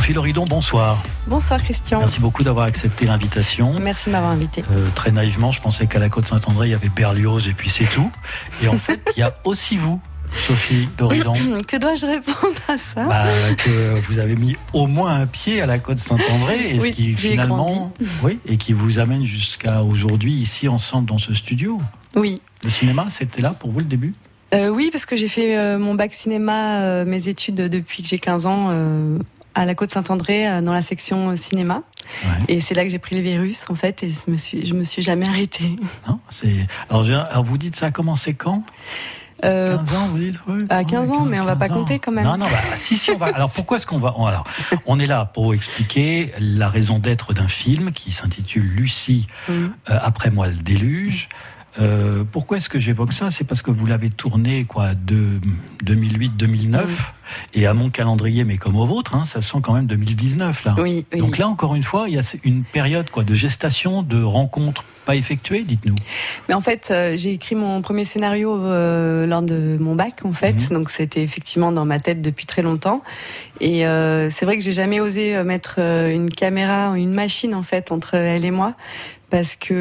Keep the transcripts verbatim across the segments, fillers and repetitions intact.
Sophie Loridon, bonsoir. Bonsoir Christian. Merci beaucoup d'avoir accepté l'invitation. Merci de m'avoir invité. Euh, très naïvement, je pensais qu'à la Côte-Saint-André, il y avait Berlioz et puis c'est tout. Et en fait, il y a aussi vous, Sophie Loridon. Que dois-je répondre à ça ? bah, Que vous avez mis au moins un pied à la Côte-Saint-André et oui, ce qui finalement, oui, et qui vous amène jusqu'à aujourd'hui ici ensemble dans ce studio. Oui. Le cinéma, c'était là pour vous le début ? euh, Oui, parce que j'ai fait euh, mon bac cinéma, euh, mes études depuis que j'ai quinze ans euh, à la Côte-Saint-André euh, dans la section euh, cinéma. Ouais. Et c'est là que j'ai pris le virus en fait et je me suis, je me suis jamais arrêtée. Non, c'est... Alors, alors vous dites ça a commencé quand ? Euh, quinze ans, vous dites oui, À quinze ans, mais on va pas ans. compter quand même. Non, non, bah, si, si, on va. Alors pourquoi est-ce qu'on va. Alors, on est là pour expliquer la raison d'être d'un film qui s'intitule Lucie, mmh. euh, après moi le déluge. Euh, pourquoi est-ce que j'évoque ça ? C'est parce que vous l'avez tourné quoi, de deux mille huit deux mille neuf, mmh. et à mon calendrier, mais comme au vôtre, hein, ça sent quand même deux mille dix-neuf là. Oui, oui. Donc là, encore une fois, il y a une période quoi, de gestation, de rencontres pas effectuées, dites-nous. Mais en fait, euh, j'ai écrit mon premier scénario euh, lors de mon bac, en fait, mmh. donc c'était effectivement dans ma tête depuis très longtemps. Et euh, c'est vrai que j'ai jamais osé mettre une caméra, une machine en fait entre elle et moi. Parce que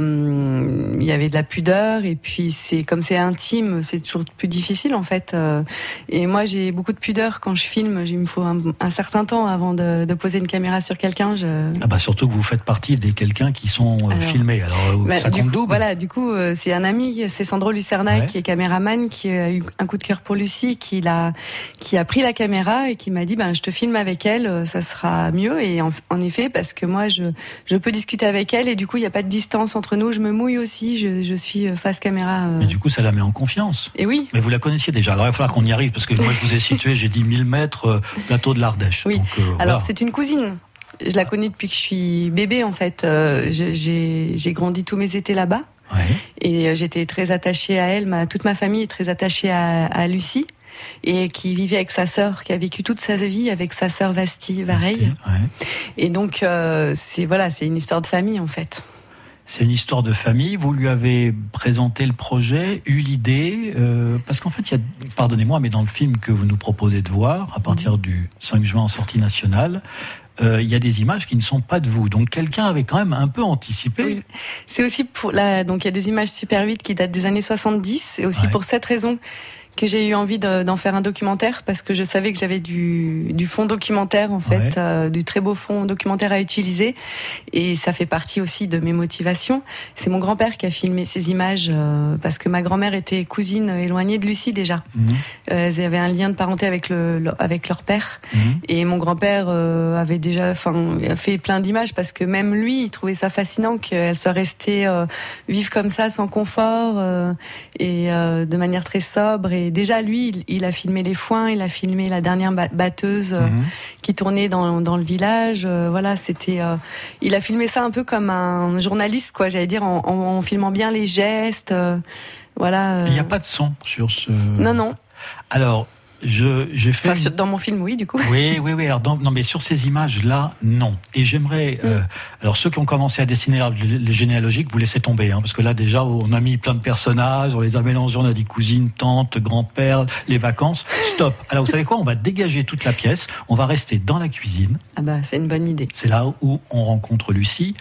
euh, il y avait de la pudeur et puis c'est comme c'est intime, c'est toujours plus difficile en fait. Et moi j'ai beaucoup de pudeur quand je filme. Il me faut un, un certain temps avant de, de poser une caméra sur quelqu'un. Je... Ah bah surtout que vous faites partie des quelqu'un qui sont euh, alors, filmés. Alors bah, ça compte coup, double. Voilà, du coup euh, c'est un ami, c'est Sandro Lucerna ouais. qui est caméraman, qui a eu un coup de cœur pour Lucie, qui a qui a pris la caméra et qui m'a dit ben je te filme avec elle, ça sera mieux. Et en, en effet parce que moi je je peux discuter avec elle et du coup il n'y a pas de distance entre nous, je me mouille aussi, je, je suis face caméra. Euh... Mais du coup, ça la met en confiance. Et oui. Mais vous la connaissiez déjà, alors il va falloir qu'on y arrive, parce que moi je vous ai situé, j'ai dit mille mètres, euh, plateau de l'Ardèche. Oui, donc, euh, alors voilà. C'est une cousine. Je la connais depuis que je suis bébé en fait. Euh, j'ai, j'ai grandi tous mes étés là-bas. Ouais. Et j'étais très attachée à elle, ma, toute ma famille est très attachée à, à Lucie. Et qui vivait avec sa sœur, qui a vécu toute sa vie avec sa sœur Vasti, Vareille. Ouais. Et donc, euh, c'est, voilà, c'est une histoire de famille, en fait. C'est une histoire de famille. Vous lui avez présenté le projet, eu l'idée, euh, parce qu'en fait, il y a, pardonnez-moi, mais dans le film que vous nous proposez de voir, à partir mmh. du cinq juin en sortie nationale, euh, il y a des images qui ne sont pas de vous. Donc, quelqu'un avait quand même un peu anticipé. Oui. C'est aussi pour la, donc il y a des images Super huit qui datent des années soixante-dix. C'est aussi ouais. pour cette raison que j'ai eu envie de, d'en faire un documentaire parce que je savais que j'avais du, du fond documentaire en fait, ouais. euh, du très beau fond documentaire à utiliser et ça fait partie aussi de mes motivations. C'est mon grand-père qui a filmé ces images euh, parce que ma grand-mère était cousine éloignée de Lucie déjà. Mmh. Euh, elles avaient un lien de parenté avec, le, le, avec leur père mmh. et mon grand-père euh, avait déjà fait plein d'images parce que même lui, il trouvait ça fascinant qu'elle soit restée euh, vivre comme ça sans confort euh, et euh, de manière très sobre. Et déjà, lui, il, il a filmé les foins, il a filmé la dernière batteuse euh, mmh. qui tournait dans, dans le village. Euh, voilà, c'était. Euh, il a filmé ça un peu comme un journaliste, quoi. J'allais dire, en, en, en filmant bien les gestes. Euh, voilà. Il n'y a pas de son sur ce. Non, non. Alors. Je, j'ai fait enfin, dans mon film, oui, du coup. Oui, oui, oui. Alors, dans, non, mais sur ces images-là, non. Et j'aimerais. Mm. Euh, alors, ceux qui ont commencé à dessiner les, les généalogiques, vous laissez tomber, hein, parce que là, déjà, on a mis plein de personnages, on les a mélangés, on a dit cousine, tante, grand-père, les vacances. Stop. Alors, vous savez quoi ? On va dégager toute la pièce. On va rester dans la cuisine. Ah bah, c'est une bonne idée. C'est là où on rencontre Lucie.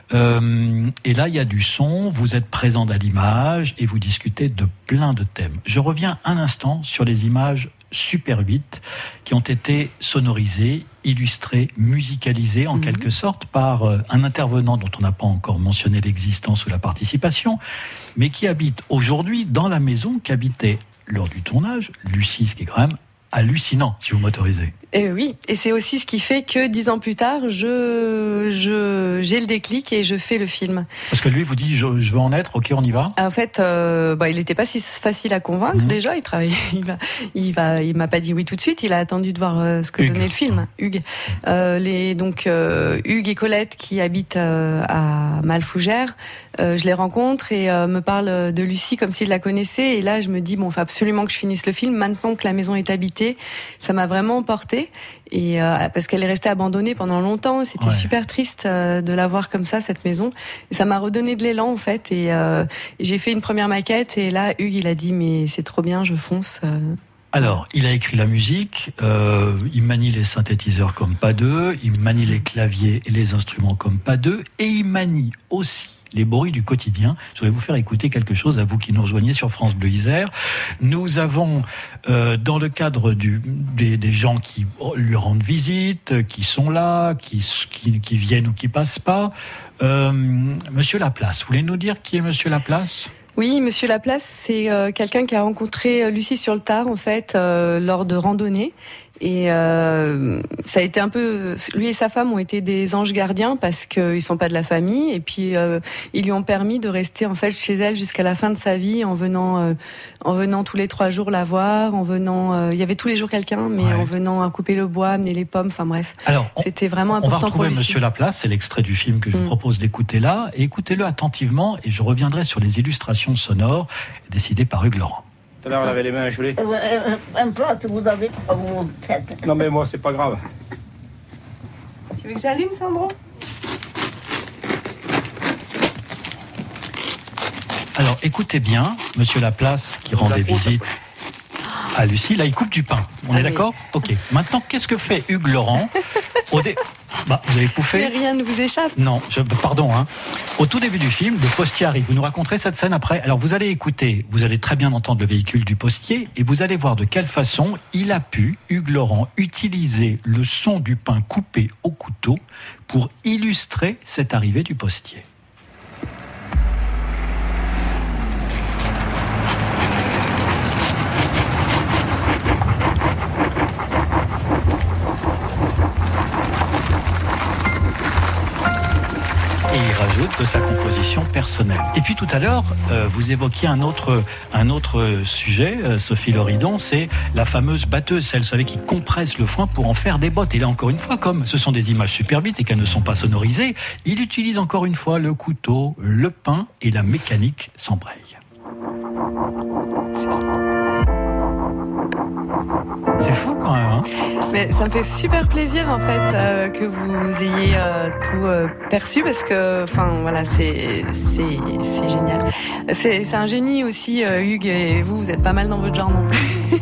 Euh, et là, il y a du son. Vous êtes présent à l'image et vous discutez de plein de thèmes. Je reviens un instant sur les images Super huit qui ont été sonorisés, illustrés, musicalisés en mmh. quelque sorte par euh, un intervenant dont on n'a pas encore mentionné l'existence ou la participation, mais qui habite aujourd'hui dans la maison qu'habitait lors du tournage Lucie, ce qui est quand même hallucinant, si vous m'autorisez. Et oui, et c'est aussi ce qui fait que dix ans plus tard, je, je, j'ai le déclic et je fais le film. Parce que lui vous dit, je, je veux en être, ok, on y va. En fait, euh, bah, il n'était pas si facile à convaincre. Mmh. Déjà, il travaillait, il va, il va, il m'a pas dit oui tout de suite. Il a attendu de voir euh, ce que Hugues. donnait le film. Hugues, euh, les donc euh, Hugues et Colette qui habitent euh, à Malfougères, euh, je les rencontre et euh, me parlent de Lucie comme s'ils la connaissaient. Et là, je me dis bon, il faut absolument que je finisse le film. Maintenant que la maison est habitée, ça m'a vraiment emportée. Et euh, parce qu'elle est restée abandonnée pendant longtemps, c'était ouais. super triste euh, de la voir comme ça, cette maison. Et ça m'a redonné de l'élan en fait. Et euh, j'ai fait une première maquette et là, Hugues il a dit mais c'est trop bien, je fonce. Euh, Alors, il a écrit la musique, euh, il manie les synthétiseurs comme pas deux, il manie les claviers et les instruments comme pas deux, et il manie aussi les bruits du quotidien. Je vais vous faire écouter quelque chose à vous qui nous rejoignez sur France Bleu Isère. Nous avons, euh, dans le cadre du, des, des gens qui lui rendent visite, qui sont là, qui, qui, qui viennent ou qui passent pas, euh, Monsieur Laplace. Vous voulez nous dire qui est Monsieur Laplace ? Oui, Monsieur Laplace, c'est euh, quelqu'un qui a rencontré Lucie sur le tard, en fait, euh, lors de randonnées. Et euh, ça a été un peu... Lui et sa femme ont été des anges gardiens parce qu'ils sont pas de la famille. Et puis, euh, ils lui ont permis de rester, en fait, chez elle jusqu'à la fin de sa vie en venant, euh, en venant tous les trois jours la voir, en venant... Euh, il y avait tous les jours quelqu'un, mais ouais. en venant à couper le bois, amener les pommes, enfin bref. Alors, on, c'était vraiment important pour lui. On va retrouver Monsieur Laplace, c'est l'extrait du film que je vous mmh. propose d'écouter là. Et écoutez-le attentivement et je reviendrai sur les illustrations sonores décidées par Hugues Laurent. Tout à l'heure, on avait les mains gelées. Euh, un plat, vous avez pas vous faites. Non, mais moi, c'est pas grave. Tu veux que j'allume, Sandro ? Alors, écoutez bien, Monsieur Laplace, qui rend des visites à Lucie. Là, il coupe du pain. On Allez. est d'accord ? Ok. Maintenant, qu'est-ce que fait Hugues Laurent au dé... Bah, vous avez pouffé. Mais rien ne vous échappe. Non, je, pardon. Hein. Au tout début du film, le postier arrive. Vous nous raconterez cette scène après. Alors, vous allez écouter, vous allez très bien entendre le véhicule du postier et vous allez voir de quelle façon il a pu, Hugues Laurent, utiliser le son du pain coupé au couteau pour illustrer cette arrivée du postier. Et il rajoute de sa composition personnelle. Et puis tout à l'heure, euh, vous évoquiez un autre, un autre sujet, euh, Sophie Loridon, c'est la fameuse batteuse, celle, vous savez, qui compresse le foin pour en faire des bottes. Et là, encore une fois, comme ce sont des images super vite et qu'elles ne sont pas sonorisées, il utilise encore une fois le couteau, le pain et la mécanique s'embraye. C'est fou quand même, hein ? Mais ça me fait super plaisir en fait euh, que vous ayez euh, tout euh, perçu parce que, enfin voilà, c'est c'est c'est génial. C'est c'est un génie aussi, euh, Hugues, et vous, vous êtes pas mal dans votre genre non plus.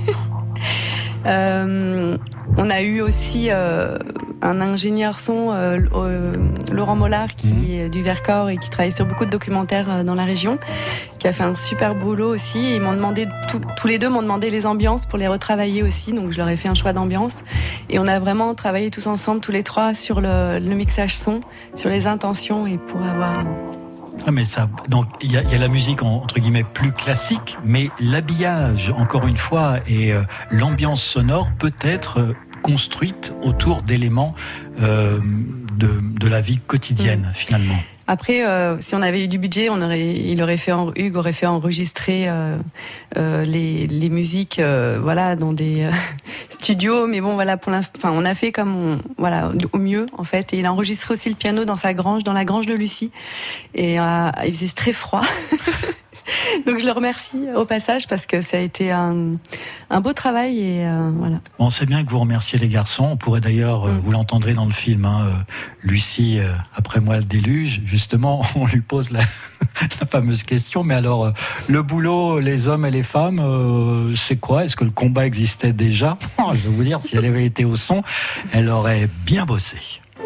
euh, on a eu aussi euh, un ingénieur son, euh, euh, Laurent Mollard, qui mmh. est du Vercors et qui travaille sur beaucoup de documentaires euh, dans la région, qui a fait un super boulot aussi. Et ils m'ont demandé, tout, tous les deux m'ont demandé les ambiances pour les retravailler aussi, donc je leur ai fait un choix d'ambiance. Et on a vraiment travaillé tous ensemble, tous les trois, sur le, le mixage son, sur les intentions et pour avoir... Ah mais ça, donc il y a, y a la musique entre guillemets plus classique, mais l'habillage, encore une fois, et euh, l'ambiance sonore peut être euh, construite autour d'éléments euh, de, de la vie quotidienne, mmh. finalement. Après, euh, si on avait eu du budget, on aurait, il aurait fait, Hugues aurait fait enregistrer euh, euh, les, les musiques, euh, voilà, dans des euh, studios. Mais bon, voilà, pour l'instant, enfin, on a fait comme, on, voilà, au mieux en fait. Et il a enregistré aussi le piano dans sa grange, dans la grange de Lucie. Et euh, il faisait très froid. Donc je le remercie au passage parce que ça a été un, un beau travail et euh, voilà. On sait bien que vous remerciez les garçons. On pourrait d'ailleurs, euh, mmh. vous l'entendrez dans le film, hein, euh, Lucie, euh, après moi le déluge. Justement, on lui pose la, la fameuse question. Mais alors, euh, le boulot, les hommes et les femmes, euh, c'est quoi ? Est-ce que le combat existait déjà ? Je vais vous dire, si elle avait été au son, elle aurait bien bossé.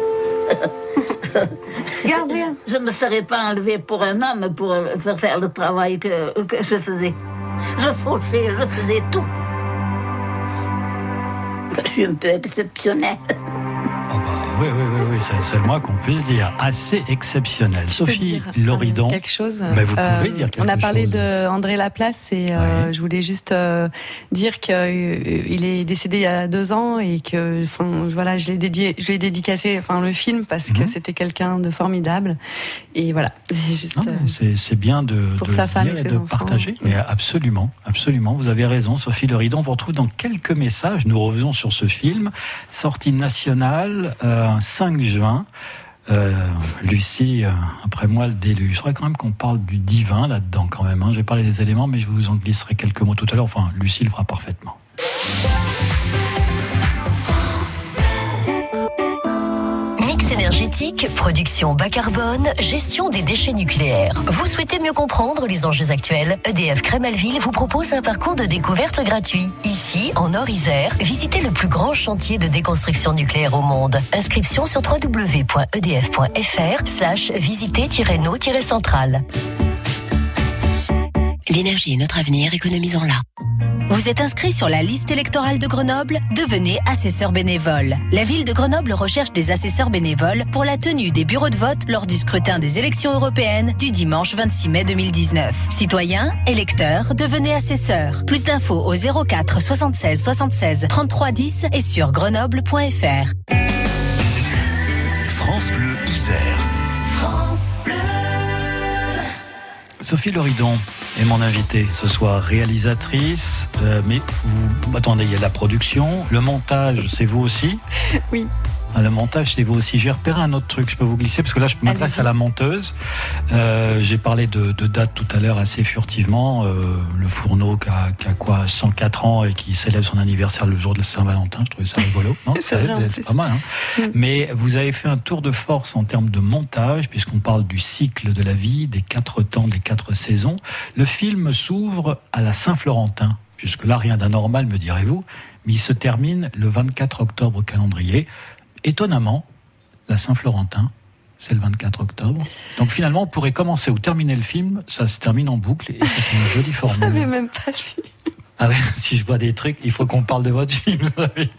Je ne me serais pas enlevée pour un homme pour faire faire le travail que, que je faisais. Je fauchais, je faisais tout. Je suis un peu exceptionnelle. Oh bah, oui, oui, oui, oui, c'est, c'est le moins qu'on puisse dire. Assez exceptionnel. Je Sophie Loridon. Quelque chose. Mais vous euh, pouvez dire quelque chose. On a parlé chose. de André Laplace et euh, ouais. je voulais juste euh, dire qu'il euh, est décédé il y a deux ans et que, enfin, voilà, je l'ai dédié, je lui ai dédicacé, enfin, le film parce mm-hmm. que c'était quelqu'un de formidable. Et voilà, c'est juste. Non, c'est, c'est bien de pour de sa femme et ses de enfants. partager. Mais absolument, absolument. Vous avez raison, Sophie Loridon. On vous retrouve dans quelques messages. Nous revenons sur ce film, sortie nationale. Euh, un cinq juin, euh, Lucie, euh, après moi le déluge. Je crois quand même qu'on parle du divin là-dedans quand même. Hein. J'ai parlé des éléments, mais je vous en glisserai quelques mots tout à l'heure. Enfin, Lucie le fera parfaitement. Mix Énergie énergétique, production bas carbone, gestion des déchets nucléaires. Vous souhaitez mieux comprendre les enjeux actuels? E D F Cremelville vous propose un parcours de découverte gratuit. Ici, en Nord-Isère, visitez le plus grand chantier de déconstruction nucléaire au monde. Inscription sur w w w point e d f point f r slash visiter-no-centrale. L'énergie est notre avenir, économisons-la. Vous êtes inscrit sur la liste électorale de Grenoble? Devenez assesseur bénévole. La ville de Grenoble recherche des assesseurs bénévoles pour la tenue des bureaux de vote lors du scrutin des élections européennes du dimanche vingt-six mai deux mille dix-neuf. Citoyens, électeurs, devenez assesseurs. Plus d'infos au zéro quatre soixante-seize soixante-seize trente-trois dix et sur grenoble point f r. France Bleu Isère. France Bleu. Sophie Loridon est mon invitée ce soir, réalisatrice, euh, mais vous, attendez, il y a la production, le montage, c'est vous aussi? Oui. Ah, le montage, c'est vous aussi. J'ai repéré un autre truc, je peux vous glisser, parce que là, je m'adresse Allez-y. à la monteuse. Euh, j'ai parlé de, de date tout à l'heure assez furtivement. Euh, le Fourneau qui a, qui a quoi, cent quatre ans et qui célèbre son anniversaire le jour de la Saint-Valentin. Je trouvais ça rigolo. Non, C'est vrai, en c'est plus. pas mal. Hein. Mm. Mais vous avez fait un tour de force en termes de montage, puisqu'on parle du cycle de la vie, des quatre temps, des quatre saisons. Le film s'ouvre à la Saint-Florentin. Jusque-là, rien d'anormal, me direz-vous. Mais il se termine le vingt-quatre octobre au calendrier. Étonnamment, la Saint-Florentin, c'est le vingt-quatre octobre. Donc finalement, on pourrait commencer ou terminer le film, ça se termine en boucle et c'est une jolie formule. Je savais même pas vu. Ah ouais, si je vois des trucs, il faut qu'on parle de votre film.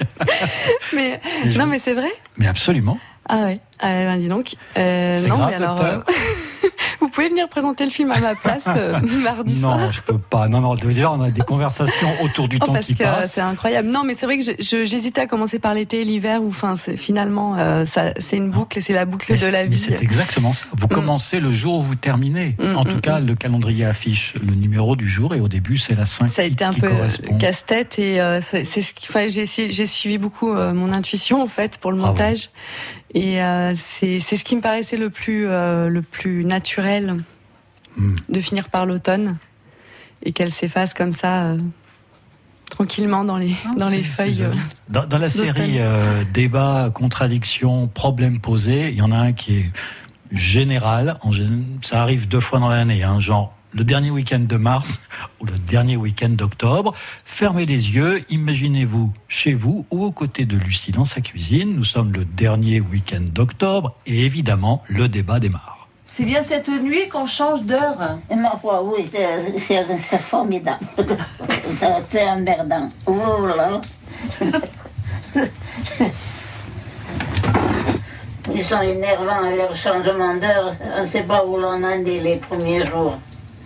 Mais, mais non, je... mais c'est vrai. Mais absolument. Ah ouais, ah, ben dis donc. Euh, c'est non, grave, mais alors, docteur. euh, vous pouvez venir présenter le film à ma place euh, mardi non, soir. Non, je peux pas. Non, non, déjà, on a des conversations autour du oh, temps parce qui que passe. c'est incroyable. Non, mais c'est vrai que je, je, j'hésitais à commencer par l'été et l'hiver, ou enfin, c'est, finalement, euh, ça, c'est une boucle et c'est la boucle mais de la mais vie. C'est exactement ça. Vous mm. commencez le jour où vous terminez. Mm, en mm, tout cas, mm. le calendrier affiche le numéro du jour et au début, c'est la cinq Ça a qui, été un qui peu correspond. casse-tête et euh, c'est, c'est ce qui, enfin, j'ai, j'ai suivi beaucoup euh, mon intuition en fait pour le montage. Ah oui. Et euh, c'est, c'est ce qui me paraissait le plus, euh, le plus naturel mm. de finir par l'automne et qu'elle s'efface comme ça euh, tranquillement dans les, ah, dans les feuilles. Euh, dans, dans la série euh, débat, contradiction, problème posé, il y en a un qui est général. En général, ça arrive deux fois dans l'année, hein, genre le dernier week-end de mars ou le dernier week-end d'octobre. Fermez les yeux, imaginez-vous chez vous ou aux côtés de Lucie dans sa cuisine. Nous sommes le dernier week-end d'octobre et évidemment, le débat démarre. C'est bien cette nuit qu'on change d'heure. Et ma foi, oui, c'est, c'est, c'est formidable. c'est, c'est emmerdant. Oh là là. Ils sont énervants avec leur changement d'heure. On ne sait pas où l'on en est les premiers jours.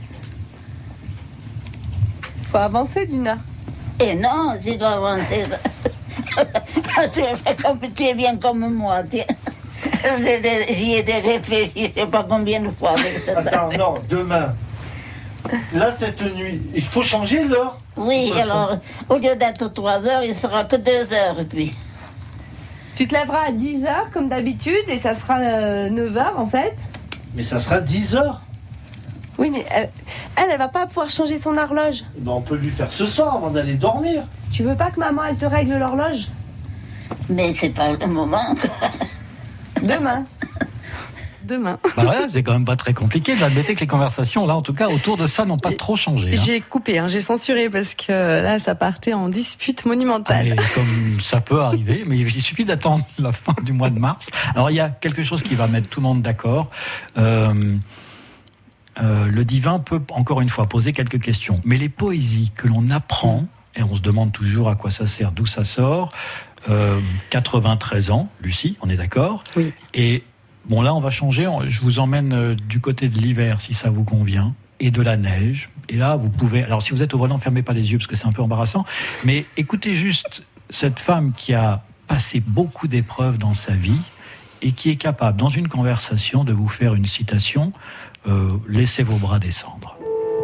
Faut avancer, Dina. Et non, si tu dois avancer. Tu fais comme tu es bien comme moi. Tu... J'y ai réfléchi, je ne sais pas combien de fois avec ça. Attends, non, demain. Là, cette nuit, il faut changer l'heure. Oui, alors, au lieu d'être trois heures, il sera que deux heures, puis. Tu te lèveras à dix heures, comme d'habitude, et ça sera euh, neuf heures, en fait. Mais ça sera dix heures. Oui, mais elle, elle, elle va pas pouvoir changer son horloge. Ben, on peut lui faire ce soir avant d'aller dormir. Tu veux pas que maman, elle te règle l'horloge? Mais c'est pas le moment. Demain. Demain. Bah voilà, c'est quand même pas très compliqué. Vous admettez que les conversations, là, en tout cas, autour de ça, n'ont pas trop changé. Hein. J'ai coupé, hein, j'ai censuré parce que là, ça partait en dispute monumentale. Ah, comme ça peut arriver, mais il suffit d'attendre la fin du mois de mars. Alors, il y a quelque chose qui va mettre tout le monde d'accord. Euh, euh, le divin peut, encore une fois, poser quelques questions. Mais les poésies que l'on apprend, et on se demande toujours à quoi ça sert, d'où ça sort, euh, quatre-vingt-treize ans, Lucie, on est d'accord? Oui. Et bon, là, on va changer. Je vous emmène du côté de l'hiver, si ça vous convient, et de la neige. Et là, vous pouvez... Alors, si vous êtes au volant, fermez pas les yeux, parce que c'est un peu embarrassant. Mais écoutez juste cette femme qui a passé beaucoup d'épreuves dans sa vie et qui est capable, dans une conversation, de vous faire une citation euh, « Laissez vos bras descendre ».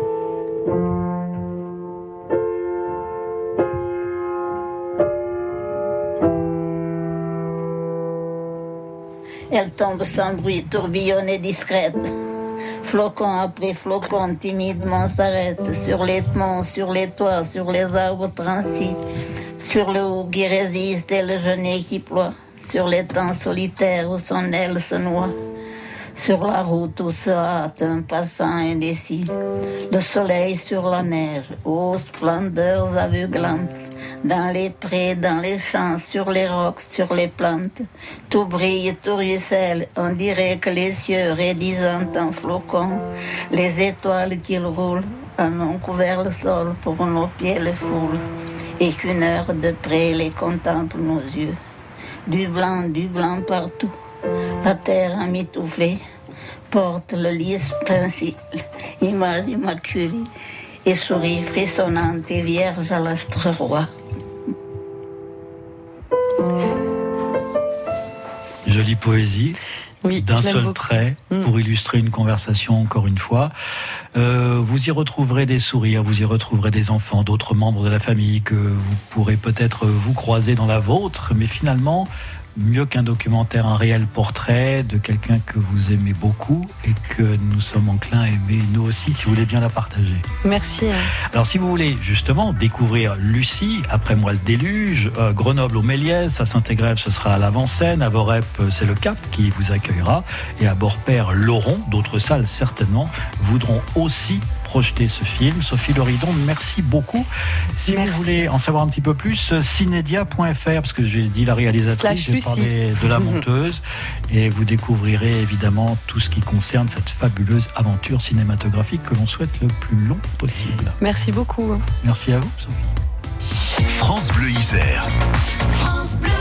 Elle tombe sans bruit, tourbillonne et discrète. Flocon après flocon, timidement s'arrête. Sur les monts, sur les toits, sur les arbres transis. Sur le haut qui résiste et le genêt qui ploie. sur l'étang solitaire où son aile se noie. Sur la route où se hâte un passant indécis. Le soleil sur la neige, aux splendeurs aveuglantes. Dans les prés, dans les champs, sur les rocs, sur les plantes. Tout brille, tout ruisselle, on dirait que les cieux raidissant en flocons. Les étoiles qu'ils roulent en ont couvert le sol pour nos pieds les foulent. Et qu'une heure de près les contemple nos yeux. Du blanc, du blanc partout. La terre amitouflée porte le lys principe, image immaculée, et sourit frissonnante et vierge à l'astre roi. Jolie poésie. Oui, d'un seul beaucoup. trait, mmh. pour illustrer une conversation, encore une fois. Euh, vous y retrouverez des sourires, vous y retrouverez des enfants, d'autres membres de la famille que vous pourrez peut-être vous croiser dans la vôtre, mais finalement, mieux qu'un documentaire, un réel portrait de quelqu'un que vous aimez beaucoup et que nous sommes enclins à aimer nous aussi, si vous voulez bien la partager. Merci. Alors si vous voulez justement découvrir Lucie, Après moi le déluge, euh, Grenoble au Méliès, à Saint-Égrève ce sera à l'Avant-Scène, à Vorep c'est le Cap qui vous accueillera, et à Beaurepaire Laurent, d'autres salles certainement voudront aussi projeter ce film. Sophie Loridon, merci beaucoup. Si merci. Vous voulez en savoir un petit peu plus, cinédia point f r, parce que j'ai dit la réalisatrice, j'ai parlé de la monteuse, et vous découvrirez évidemment tout ce qui concerne cette fabuleuse aventure cinématographique que l'on souhaite le plus long possible. Merci beaucoup. Merci à vous, Sophie. France Bleu Isère. France Bleu.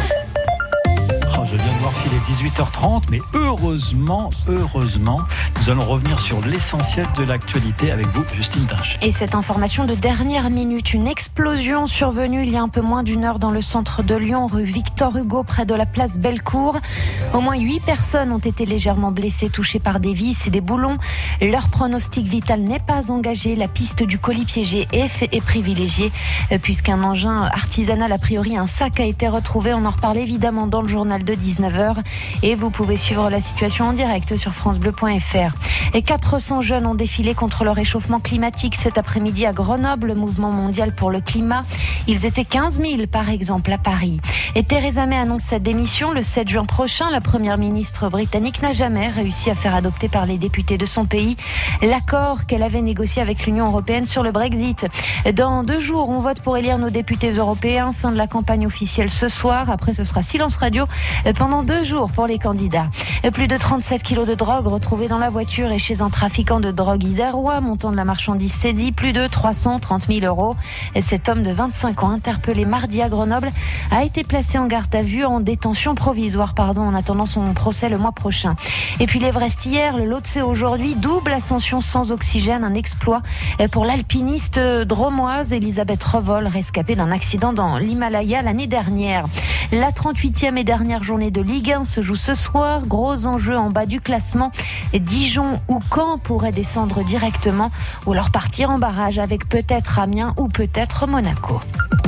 Oh, je viens de voir filer dix-huit heures trente, mais heureusement, heureusement, nous allons revenir sur l'essentiel de l'actualité avec vous, Justine Dinch. Et cette information de dernière minute, une explosion survenue il y a un peu moins d'une heure dans le centre de Lyon, rue Victor Hugo, près de la place Bellecour. Au moins huit personnes ont été légèrement blessées, touchées par des vis et des boulons. Leur pronostic vital n'est pas engagé. La piste du colis piégé est, est privilégiée, puisqu'un engin artisanal, a priori un sac, a été retrouvé. On en reparle évidemment dans le journal de dix-neuf heures, et vous pouvez suivre la situation en direct sur francebleu point f r. Et quatre cents jeunes ont défilé contre le réchauffement climatique cet après-midi à Grenoble, le mouvement mondial pour le climat. Ils étaient quinze mille par exemple à Paris. Et Theresa May annonce sa démission le sept juin prochain. La première ministre britannique n'a jamais réussi à faire adopter par les députés de son pays l'accord qu'elle avait négocié avec l'Union européenne sur le Brexit. Dans deux jours, on vote pour élire nos députés européens. Fin de la campagne officielle ce soir. Après, ce sera silence radio pendant deux jours pour les candidats. Plus de trente-sept kilos de drogue retrouvés dans la voiture et chez un trafiquant de drogue isérois. Montant de la marchandise saisie, plus de trois cent trente mille euros. Et cet homme de vingt-cinq ans, interpellé mardi à Grenoble, a été placé en garde à vue, en détention provisoire, pardon, en attendant son procès le mois prochain. Et puis l'Everest hier, le Lhotse aujourd'hui, double ascension sans oxygène, un exploit pour l'alpiniste dromoise Elisabeth Revol, rescapée d'un accident dans l'Himalaya l'année dernière. La trente-huitième et dernière journée de Ligue un se joue ce soir. Gros enjeu en bas du classement. Dijon ou Caen pourraient descendre directement ou alors partir en barrage avec peut-être Amiens ou peut-être Monaco.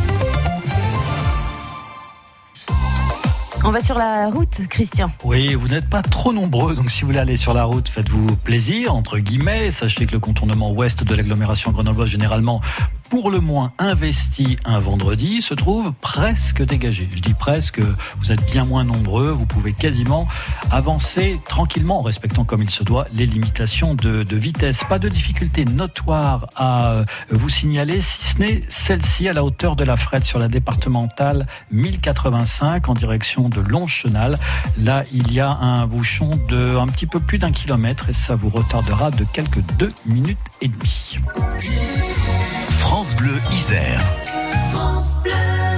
On va sur la route, Christian. Oui, vous n'êtes pas trop nombreux, donc si vous voulez aller sur la route, faites-vous plaisir, entre guillemets. Sachez que le contournement ouest de l'agglomération grenobloise, généralement pour le moins investi un vendredi, se trouve presque dégagé. Je dis presque, vous êtes bien moins nombreux, vous pouvez quasiment avancer tranquillement en respectant comme il se doit les limitations de, de vitesse. Pas de difficulté notoire à vous signaler, si ce n'est celle-ci à la hauteur de la Frette sur la départementale mille quatre-vingt-cinq en direction de Longchenal. Là, il y a un bouchon de un petit peu plus d'un kilomètre et ça vous retardera de quelques deux minutes et demie. France Bleu Isère. France Bleu.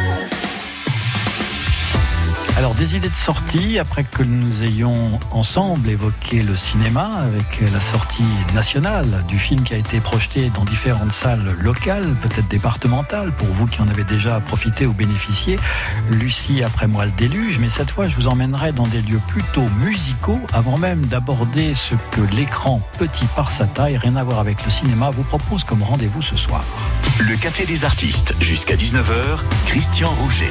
Alors, des idées de sortie, après que nous ayons ensemble évoqué le cinéma avec la sortie nationale du film qui a été projeté dans différentes salles locales, peut-être départementales, pour vous qui en avez déjà profité ou bénéficié. Lucie, Après moi le déluge, mais cette fois je vous emmènerai dans des lieux plutôt musicaux, avant même d'aborder ce que l'écran, petit par sa taille, rien à voir avec le cinéma, vous propose comme rendez-vous ce soir. Le Café des Artistes, jusqu'à dix-neuf heures, Christian Rouget.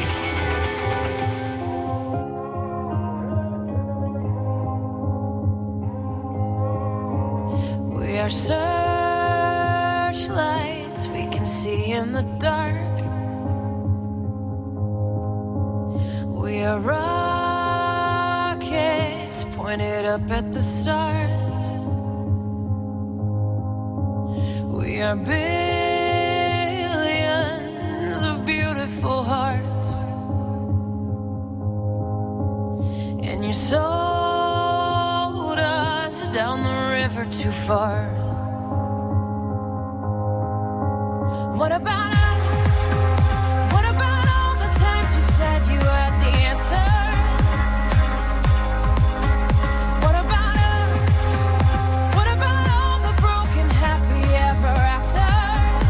We are searchlights we can see in the dark. We are right. pointed up at the stars. We are billions of beautiful hearts, and you sold us down the river too far. What about us? What about all the times you said you had the answers? What about us? What about all the broken happy ever afters?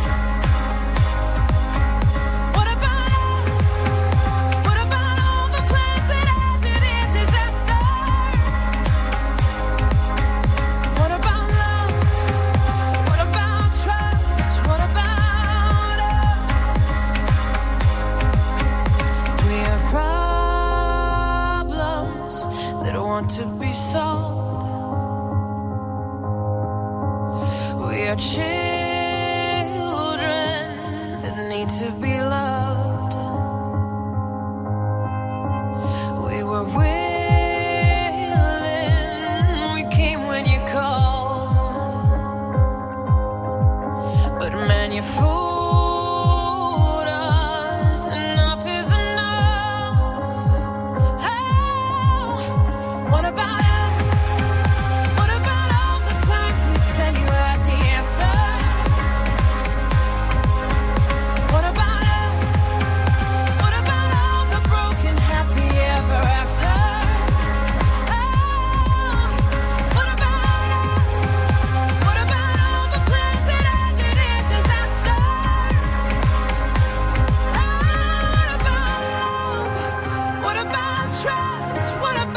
What about us? What about all the plans that ended in disaster? What about love? What about trust? What about to be solved? We are children that need to be loved. We were willing, we came when you called, but man, you fooled us. Enough is enough. Oh, what about us? What about all the times you said you had the answers? What about us? What about all the broken happy ever after? Oh, what about us? What about all the plans that ended in disaster? Oh, what about love? What about trust? What about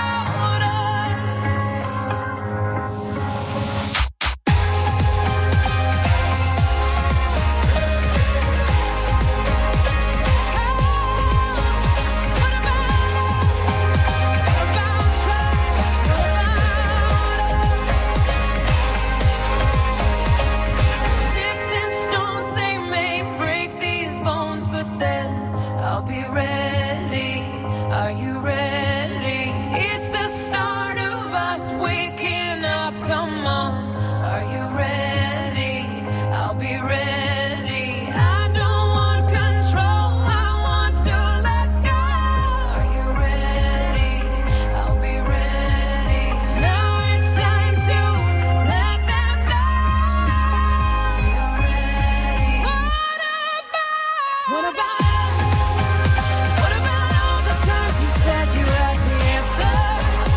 sticks and stones, they may break these bones, but then I'll be ready. Are you ready? It's the start of us waking up. Come on, are you ready? I'll be ready. I don't want control, I want to let go. Are you ready? I'll be ready. 'Cause now it's time to let them know. You're ready. What about? What about us? What about all the times you said you had the answers?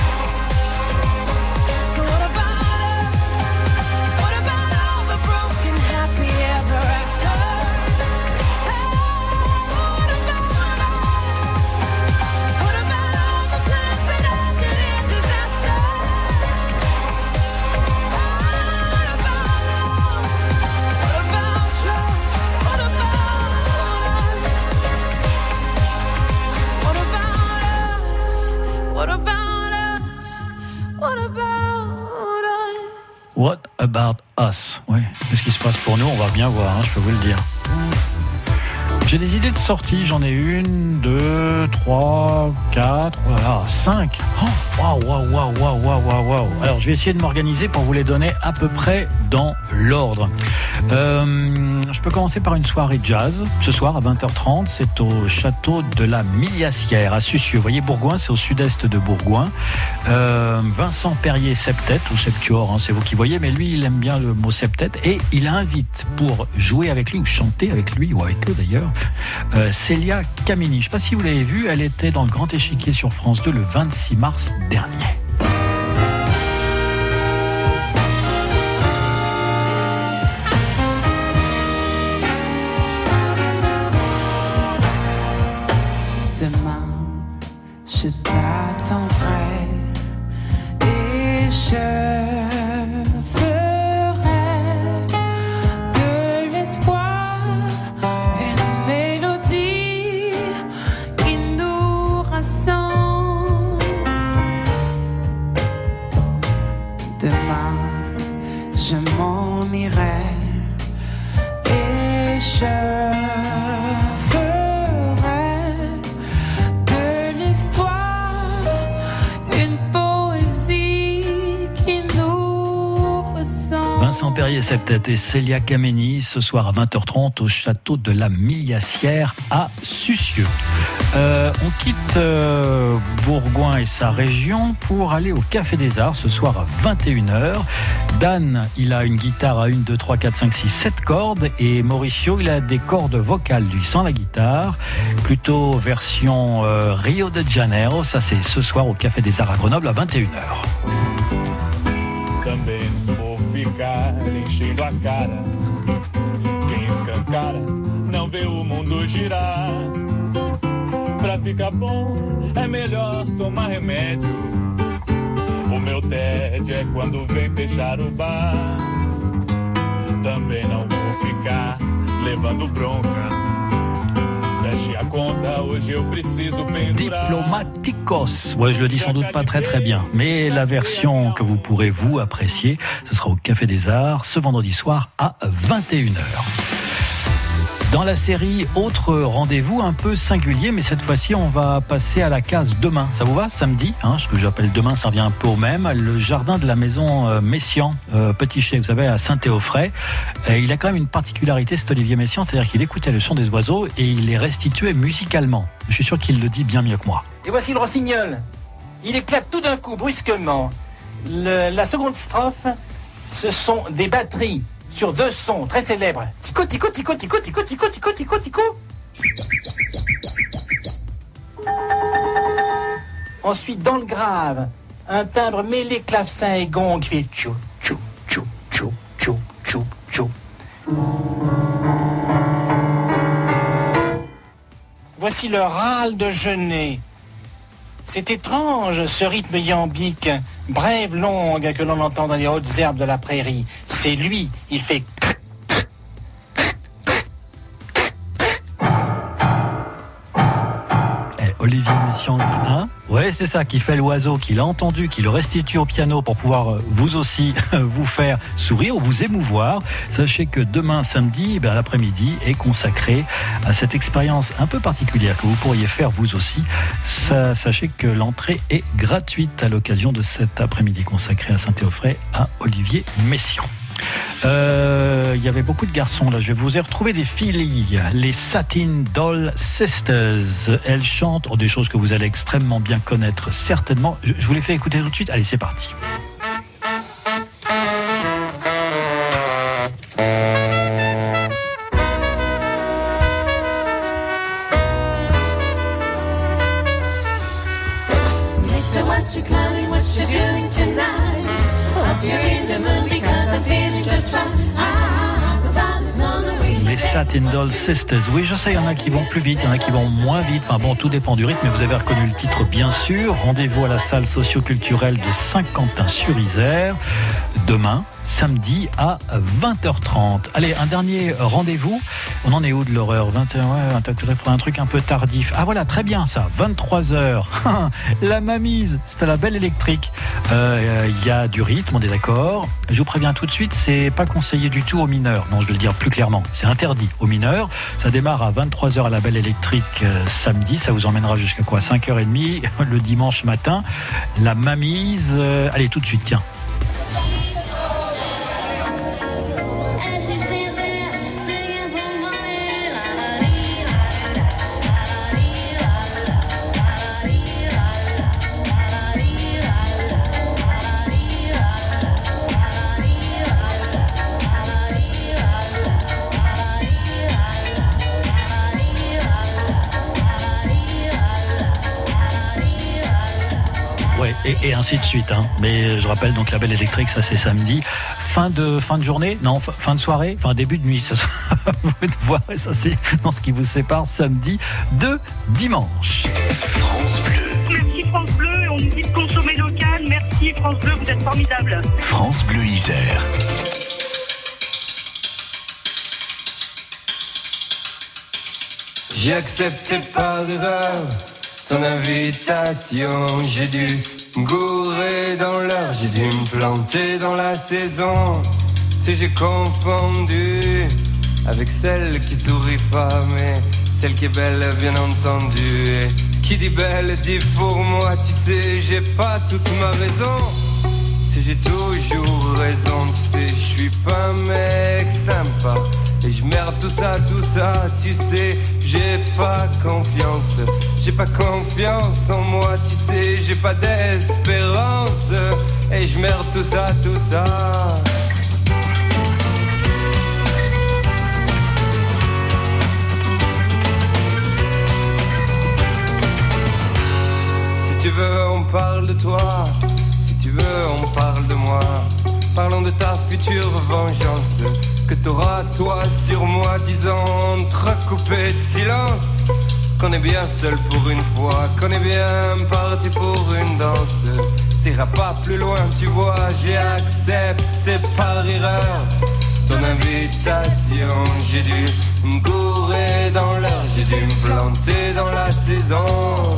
So what about us? What about all the broken happy ever afters? Oh, what about us? What about all the plans that ended in disaster? Oh, what about love? What about trust? What about us? What about us? What about us? What about us? What about us? Oui, qu'est-ce qui se passe pour nous? On va bien voir, hein, je peux vous le dire. J'ai des idées de sortie, j'en ai une, deux, trois, quatre, voilà, cinq. Oh, waouh, waouh, waouh, waouh, waouh, waouh. Alors, je vais essayer de m'organiser pour vous les donner à peu près dans l'ordre. Euh, je peux commencer par une soirée jazz. Ce soir, à vingt heures trente, c'est au château de la Milliassière, à Sucieux. Vous voyez, Bourgoin, c'est au sud-est de Bourgoin. Euh, Vincent Perrier, septet, ou septuor, hein, c'est vous qui voyez, mais lui, il aime bien le mot septet, et il invite pour jouer avec lui, ou chanter avec lui, ou avec eux d'ailleurs, Euh, Célia Camini. Je ne sais pas si vous l'avez vue, elle était dans le Grand Échiquier sur France deux le vingt-six mars dernier. Demain, je t'attendrai et je je m'en irai et je ferai de l'histoire Fernand Perrier-Septet et Célia Kameni ce soir à vingt heures trente au château de la Milliassière à Sucieux. Euh, on quitte euh, Bourgoin et sa région pour aller au Café des Arts ce soir à vingt et une heures. Dan, il a une guitare à une, deux, trois, quatre, cinq, six, sept cordes et Mauricio, il a des cordes vocales lui sans la guitare, plutôt version euh, Rio de Janeiro. Ça c'est ce soir au Café des Arts à Grenoble à vingt et une heures. Também vou ficar enchendo a cara. Quem escancara não vê o mundo girar. Pra ficar bom é melhor tomar remédio. O meu tédio é quando vem fechar o bar. Também não vou ficar levando bronca. Feche a conta, hoje eu preciso pendurar. Diplomaticos. Ouais, je le dis sans doute pas très très bien, mais la version que vous pourrez vous apprécier, ce sera au Café des Arts ce vendredi soir à vingt et une heures. Dans la série, autre rendez-vous un peu singulier, mais cette fois-ci, on va passer à la case demain. Ça vous va, samedi, hein, ce que j'appelle demain, ça revient un peu au même. Le jardin de la maison euh, Messiaen, euh, Petit Chais, vous savez, à Saint-Théophrais. Et il a quand même une particularité, cet Olivier Messiaen, c'est-à-dire qu'il écoutait le son des oiseaux et il les restituait musicalement. Je suis sûr qu'il le dit bien mieux que moi. Et voici le rossignol. Il éclate tout d'un coup, brusquement. Le, la seconde strophe, ce sont des batteries sur deux sons très célèbres. Tico, tico, tico, tico, tico, tico, tico, tico, tico. Ensuite, dans le grave, un timbre mêlé clavecin et gong qui fait tchou, tchou, tchou, tchou, tchou, tchou, tchou. Voici le râle de genêt. C'est étrange, ce rythme iambique, brève, longue, que l'on entend dans les hautes herbes de la prairie. C'est lui, il fait... Eh, Olivier Messiaen, hein ? Ouais, c'est ça, qui fait l'oiseau, qui l'a entendu, qui le restitue au piano pour pouvoir vous aussi vous faire sourire ou vous émouvoir. Sachez que demain, samedi, ben, l'après-midi est consacré à cette expérience un peu particulière que vous pourriez faire vous aussi. Ça, sachez que l'entrée est gratuite à l'occasion de cet après-midi consacré à Saint-Théophrais à Olivier Messiaen. Euh, il y avait beaucoup de garçons là. Je vous ai retrouvé des filles, les Satin Doll Sisters. Elles chantent oh, des choses que vous allez extrêmement bien connaître certainement. Je, je vous les fais écouter tout de suite. Allez, c'est parti. Mister, what you coming, what you doing tonight? Up here in the moon because I'm feeling just right. Ah, the band is on the way. Les Satin Doll Sisters. Oui, je sais, il y en a qui vont plus vite, il y en a qui vont moins vite. Enfin bon, tout dépend du rythme, mais vous avez reconnu le titre bien sûr. Rendez-vous à la salle socio-culturelle de Saint-Quentin-sur-Isère demain, samedi à vingt heures trente. Allez, un dernier rendez-vous. On en est où de l'horreur? vingt et un, ouais, il faudrait un truc un peu tardif. Ah voilà, très bien ça, vingt-trois heures. La Mamise, c'est à la Belle Électrique. Il euh, y a du rythme, on est d'accord. Je vous préviens tout de suite, c'est pas conseillé du tout aux mineurs. Non, je vais le dire plus clairement, c'est interdit aux mineurs. Ça démarre à vingt-trois heures à la Belle Électrique euh, samedi, ça vous emmènera jusqu'à quoi, cinq heures trente le dimanche matin. La Mamise, euh, allez tout de suite, tiens. Et, et ainsi de suite, hein. Mais je rappelle donc la Belle Électrique, ça c'est samedi, fin de fin de journée, non, fin de soirée, enfin début de nuit. Ça, vous pouvez voir, ça c'est dans ce qui vous sépare samedi de dimanche. France Bleu. Merci France Bleu, on nous dit de consommer local. Merci France Bleu, vous êtes formidable. France Bleu Isère. J'ai accepté par erreur ton invitation, j'ai dû me gourer dans l'heure, j'ai dû me planter dans la saison. Si j'ai confondu avec celle qui sourit pas, mais celle qui est belle bien entendu. Et qui dit belle dit pour moi, tu sais, j'ai pas toute ma raison. Si j'ai toujours raison, tu sais, je suis pas un mec sympa. Et je merde tout ça, tout ça, tu sais, j'ai pas confiance. J'ai pas confiance en moi, tu sais, j'ai pas d'espérance. Et je merde tout ça, tout ça. Si tu veux, on parle de toi. Si tu veux, on parle de moi. Parlons de ta future vengeance que t'auras toi sur moi, disant entrecoupé de silence qu'on est bien seul pour une fois, qu'on est bien parti pour une danse. Ça ira pas plus loin, tu vois, j'ai accepté par erreur ton invitation. J'ai dû me gourer dans l'heure, j'ai dû me planter dans la saison.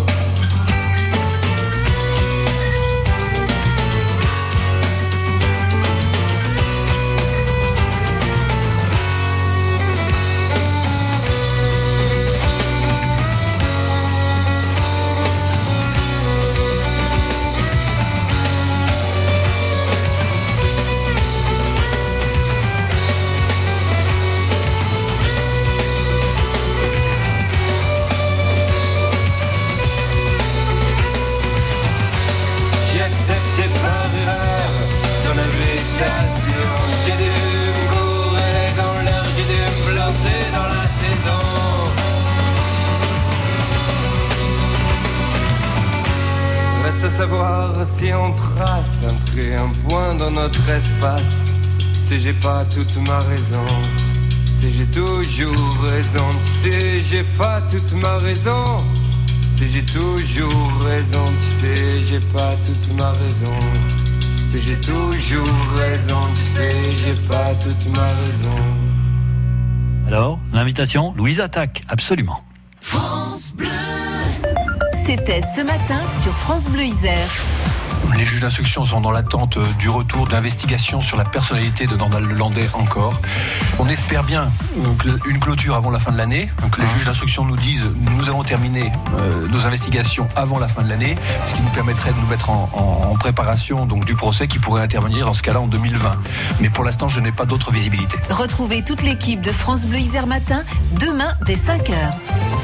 Reste à savoir si on trace un trait, un point dans notre espace. Tu sais, j'ai pas toute ma raison. Tu sais, j'ai toujours raison. Tu sais, j'ai pas toute ma raison. Tu sais, j'ai toujours raison. Tu sais, j'ai pas toute ma raison. Tu sais, j'ai toujours raison. Tu sais, j'ai pas toute ma raison. Alors, l'invitation, Louise attaque, absolument. France Bleu. C'était ce matin sur France Bleu Isère. Les juges d'instruction sont dans l'attente du retour d'investigation sur la personnalité de Nordal Lelandais encore. On espère bien une clôture avant la fin de l'année, que les juges d'instruction nous disent nous avons terminé euh, nos investigations avant la fin de l'année, ce qui nous permettrait de nous mettre en, en, en préparation donc, du procès qui pourrait intervenir dans ce cas-là en deux mille vingt. Mais pour l'instant, je n'ai pas d'autre visibilité. Retrouvez toute l'équipe de France Bleu Isère Matin demain dès cinq heures.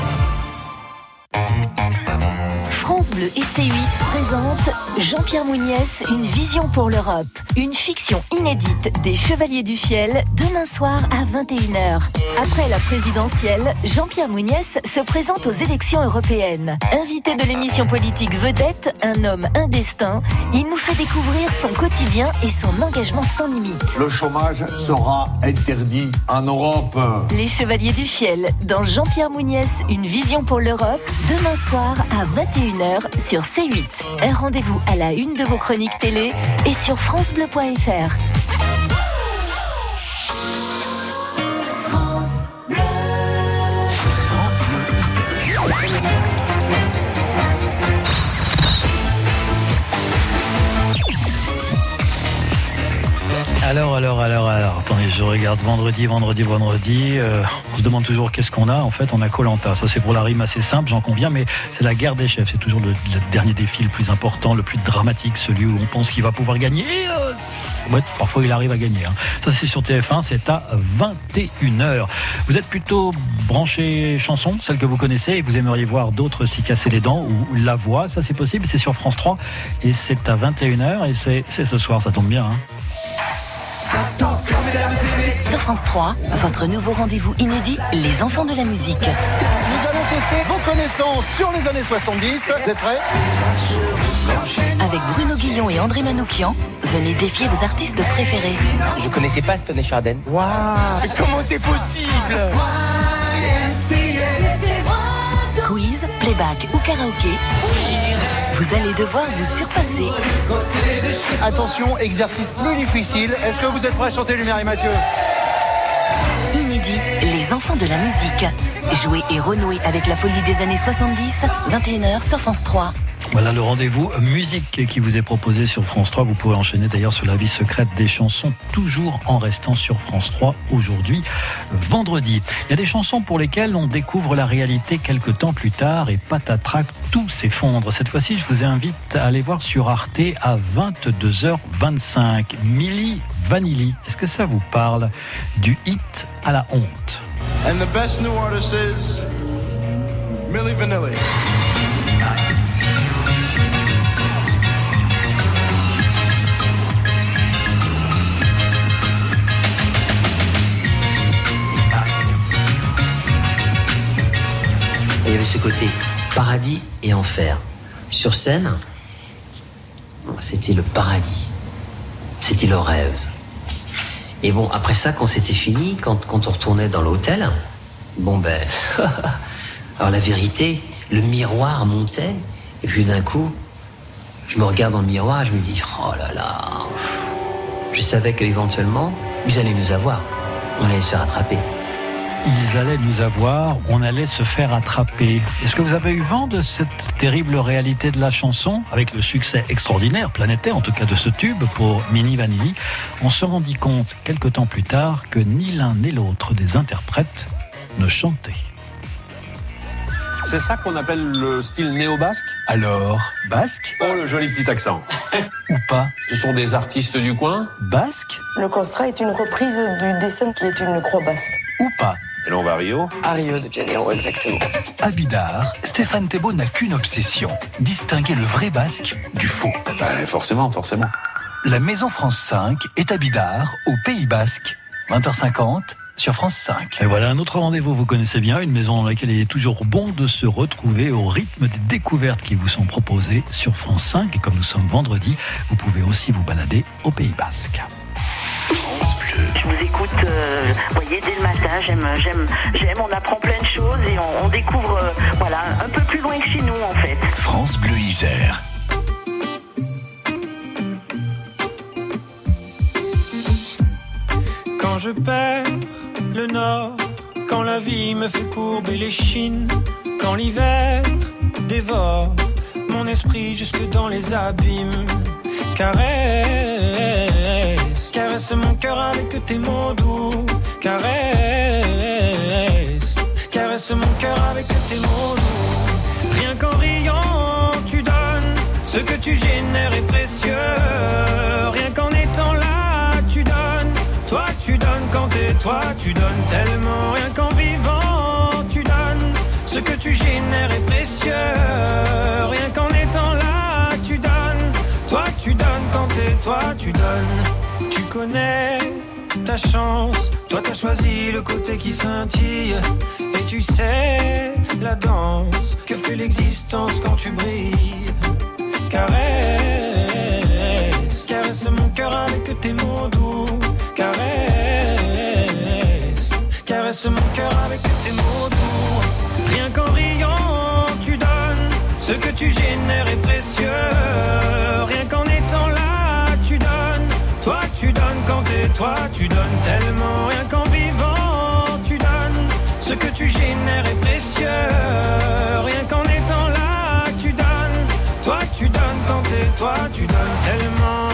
France Bleu et C huit présente Jean-Pierre Mouniès, une vision pour l'Europe. Une fiction inédite des Chevaliers du Fiel, demain soir à vingt et une heures. Après la présidentielle, Jean-Pierre Mouniès se présente aux élections européennes. Invité de l'émission politique Vedette, un homme, un destin, il nous fait découvrir son quotidien et son engagement sans limite. Le chômage sera interdit en Europe. Les Chevaliers du Fiel, dans Jean-Pierre Mouniès, une vision pour l'Europe, demain soir à vingt et une heures sur C huit. Un rendez-vous à la une de vos chroniques télé et sur francebleu point f r. France Bleu. Alors, alors, alors, alors, attendez, je regarde vendredi, vendredi, vendredi. Euh, on se demande toujours qu'est-ce qu'on a. En fait, on a Koh-Lanta. Ça, c'est pour la rime assez simple, j'en conviens, mais c'est la guerre des chefs. C'est toujours le, le dernier défi le plus important, le plus dramatique, celui où on pense qu'il va pouvoir gagner. Et, euh, ouais, parfois, il arrive à gagner. Hein. Ça, c'est sur T F un, c'est à vingt et une heures. Vous êtes plutôt branché chanson, celle que vous connaissez, et vous aimeriez voir d'autres s'y casser les dents, ou La Voix, ça, c'est possible. C'est sur France trois, et c'est à vingt et une heures, et c'est, c'est ce soir, ça tombe bien, hein. Attention, mesdames et messieurs. Sur France trois, votre nouveau rendez-vous inédit, Les Enfants de la musique. Nous allons tester vos connaissances sur les années soixante-dix. Vous êtes prêts ? Avec Bruno Guillon et André Manoukian, venez défier vos artistes préférés. Je connaissais pas Stone et Chardin. Waouh ! Mais comment c'est possible ? Quiz, playback ou karaoké, vous allez devoir vous surpasser. Attention, exercice plus difficile. Est-ce que vous êtes prêts à chanter Lumière et Mathieu ? Inédit, Les Enfants de la musique. Jouer et renouer avec la folie des années soixante-dix, vingt et une heures sur France trois. Voilà le rendez-vous musique qui vous est proposé sur France trois. Vous pouvez enchaîner d'ailleurs sur la vie secrète des chansons, toujours en restant sur France trois aujourd'hui, vendredi. Il y a des chansons pour lesquelles on découvre la réalité quelques temps plus tard et patatrac, tout s'effondre. Cette fois-ci, je vous invite à aller voir sur Arte à vingt-deux heures vingt-cinq. Milli Vanilli, est-ce que ça vous parle? Du hit à la honte. And the best new artist is Milli Vanilli. Il y avait ce côté paradis et enfer. Sur scène, c'était le paradis. C'était le rêve. Et bon, après ça, quand c'était fini, quand, quand on retournait dans l'hôtel, bon ben... alors la vérité, le miroir montait, et puis d'un coup, je me regarde dans le miroir et je me dis, oh là là... Je savais qu'éventuellement, ils allaient nous avoir. On allait se faire attraper. Ils allaient nous avoir, on allait se faire attraper. Est-ce que vous avez eu vent de cette terrible réalité de la chanson? Avec le succès extraordinaire, planétaire en tout cas de ce tube pour Milli Vanilli, on se rendit compte quelques temps plus tard que ni l'un ni l'autre des interprètes ne chantait. C'est ça qu'on appelle le style néo-basque? Alors, basque? Oh, le joli petit accent. Ou pas? Ce sont des artistes du coin? Basque? Le Costra est une reprise du dessin qui est une croix basque. Ou pas? Et là, on va à Rio? À Rio de Janeiro, exactement. À Bidart, Stéphane Thébault n'a qu'une obsession, distinguer le vrai basque du faux. Ben, forcément, forcément. La Maison France cinq est à Bidart, au Pays Basque. vingt heures cinquante sur France cinq. Et voilà un autre rendez-vous, vous connaissez bien, une maison dans laquelle il est toujours bon de se retrouver au rythme des découvertes qui vous sont proposées sur France cinq. Et comme nous sommes vendredi, vous pouvez aussi vous balader au Pays Basque. Je vous écoute, euh, voyez, dès le matin, j'aime, j'aime, j'aime, on apprend plein de choses et on, on découvre, euh, voilà, un peu plus loin que chez nous, en fait. France Bleu Isère. Quand je perds le nord, quand la vie me fait courber les chines, quand l'hiver dévore mon esprit jusque dans les abîmes, caresse, caresse mon cœur avec tes mots doux, caresse, caresse mon cœur avec tes mots doux. Rien qu'en riant, tu donnes, ce que tu génères est précieux. Rien qu'en étant là, tu donnes, toi tu donnes quand t'es toi, tu donnes tellement. Rien qu'en vivant, tu donnes, ce que tu génères est précieux. Rien qu'en étant là, tu donnes, toi tu donnes quand t'es toi, tu donnes. Tu connais ta chance, toi t'as choisi le côté qui scintille. Et tu sais la danse que fait l'existence quand tu brilles. Caresse, caresse mon cœur avec tes mots doux. Caresse, caresse mon cœur avec tes mots doux. Rien qu'en riant, tu donnes, ce que tu génères est précieux. Rien qu'en étant là, tu donnes, toi tu donnes quand t'es toi, tu donnes tellement. Rien qu'en vivant, tu donnes, ce que tu génères est précieux. Rien qu'en étant là, tu donnes, toi tu donnes quand t'es toi, tu donnes tellement.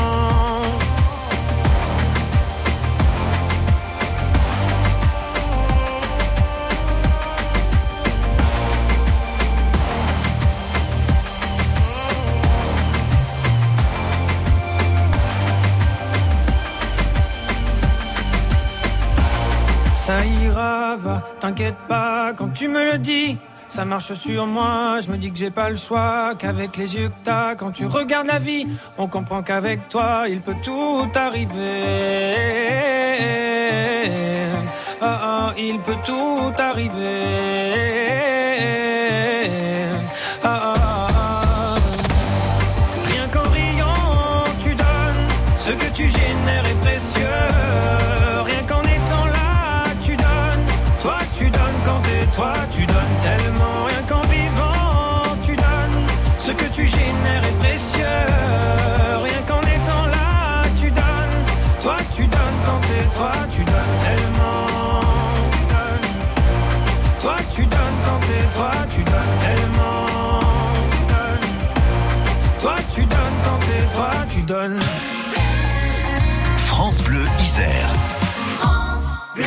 Ça ira, va, t'inquiète pas quand tu me le dis. Ça marche sur moi, je me dis que j'ai pas le choix, qu'avec les yeux que t'as, quand tu regardes la vie, on comprend qu'avec toi, il peut tout arriver. Ah ah, il peut tout arriver. Ah ah, ah. Rien qu'en riant, tu donnes, ce que tu génères est précieux. Rien qu'en étant là, tu donnes, toi tu donnes quand t'es toi, tu donnes tellement. Rien qu'en vivant, tu donnes, ce que tu génères est précieux. Rien qu'en étant là, tu donnes, toi tu donnes quand t'es toi, tu donnes tellement. Toi tu donnes quand t'es toi, tu donnes tellement. et toi tu donnes. France Bleu Isère. France Bleu.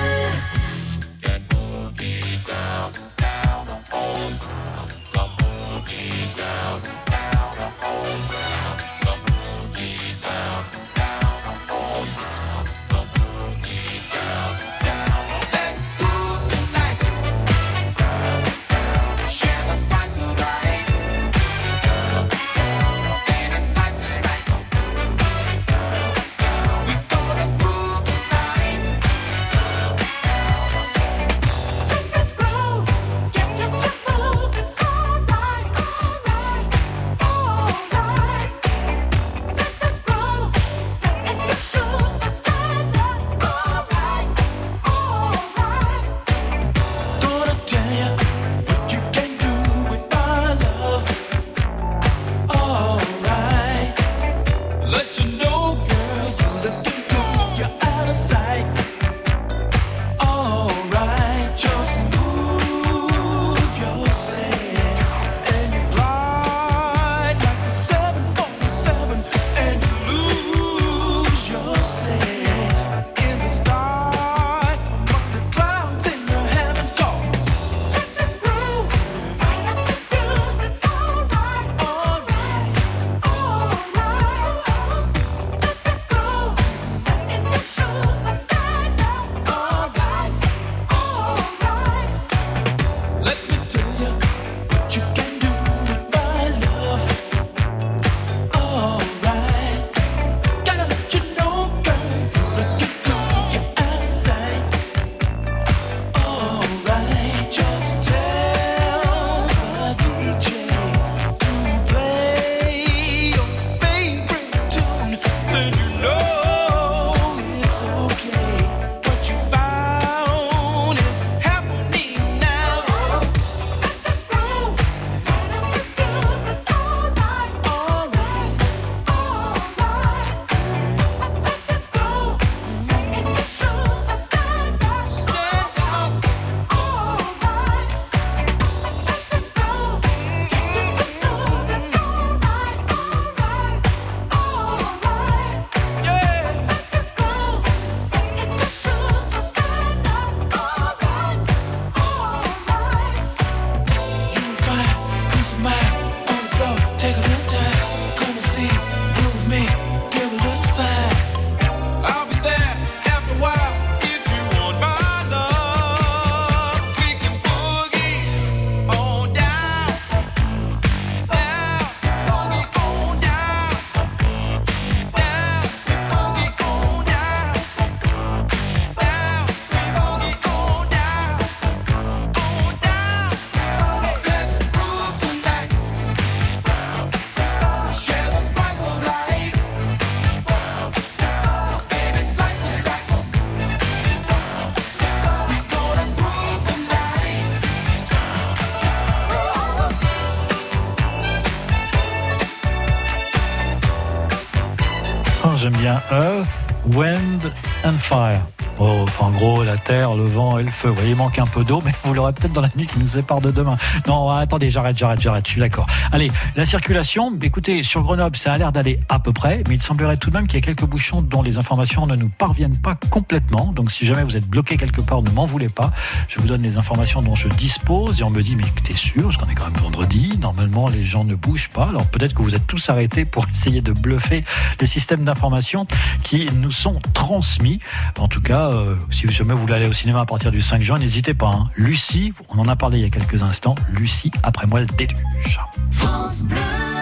J'aime bien Earth, Wind and Fire. Oh, enfin, en gros, la terre, le vent et le feu. Vous voyez, il manque un peu d'eau, mais vous l'aurez peut-être dans la nuit qui nous sépare de demain. Non, attendez, j'arrête, j'arrête, j'arrête, je suis d'accord. Allez, la circulation, écoutez, sur Grenoble, ça a l'air d'aller à peu près, mais il semblerait tout de même qu'il y ait quelques bouchons dont les informations ne nous parviennent pas complètement. Donc, si jamais vous êtes bloqué quelque part, ne m'en voulez pas. Je vous donne les informations dont je dispose et on me dit, mais t'es sûr, parce qu'on est quand même vendredi, normalement, les gens ne bougent pas. Alors, peut-être que vous êtes tous arrêtés pour essayer de bluffer les systèmes d'information qui nous sont transmis. En tout cas, Euh, si jamais vous voulez aller au cinéma à partir du cinq juin, n'hésitez pas. Hein. Lucie, on en a parlé il y a quelques instants. Lucie, après moi le déluge. France Bleu.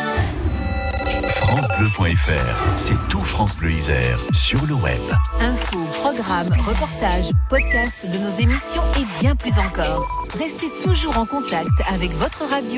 francebleu point f r, c'est tout France Bleu Isère sur le web. Infos, programmes, reportages, podcasts de nos émissions et bien plus encore. Restez toujours en contact avec votre radio.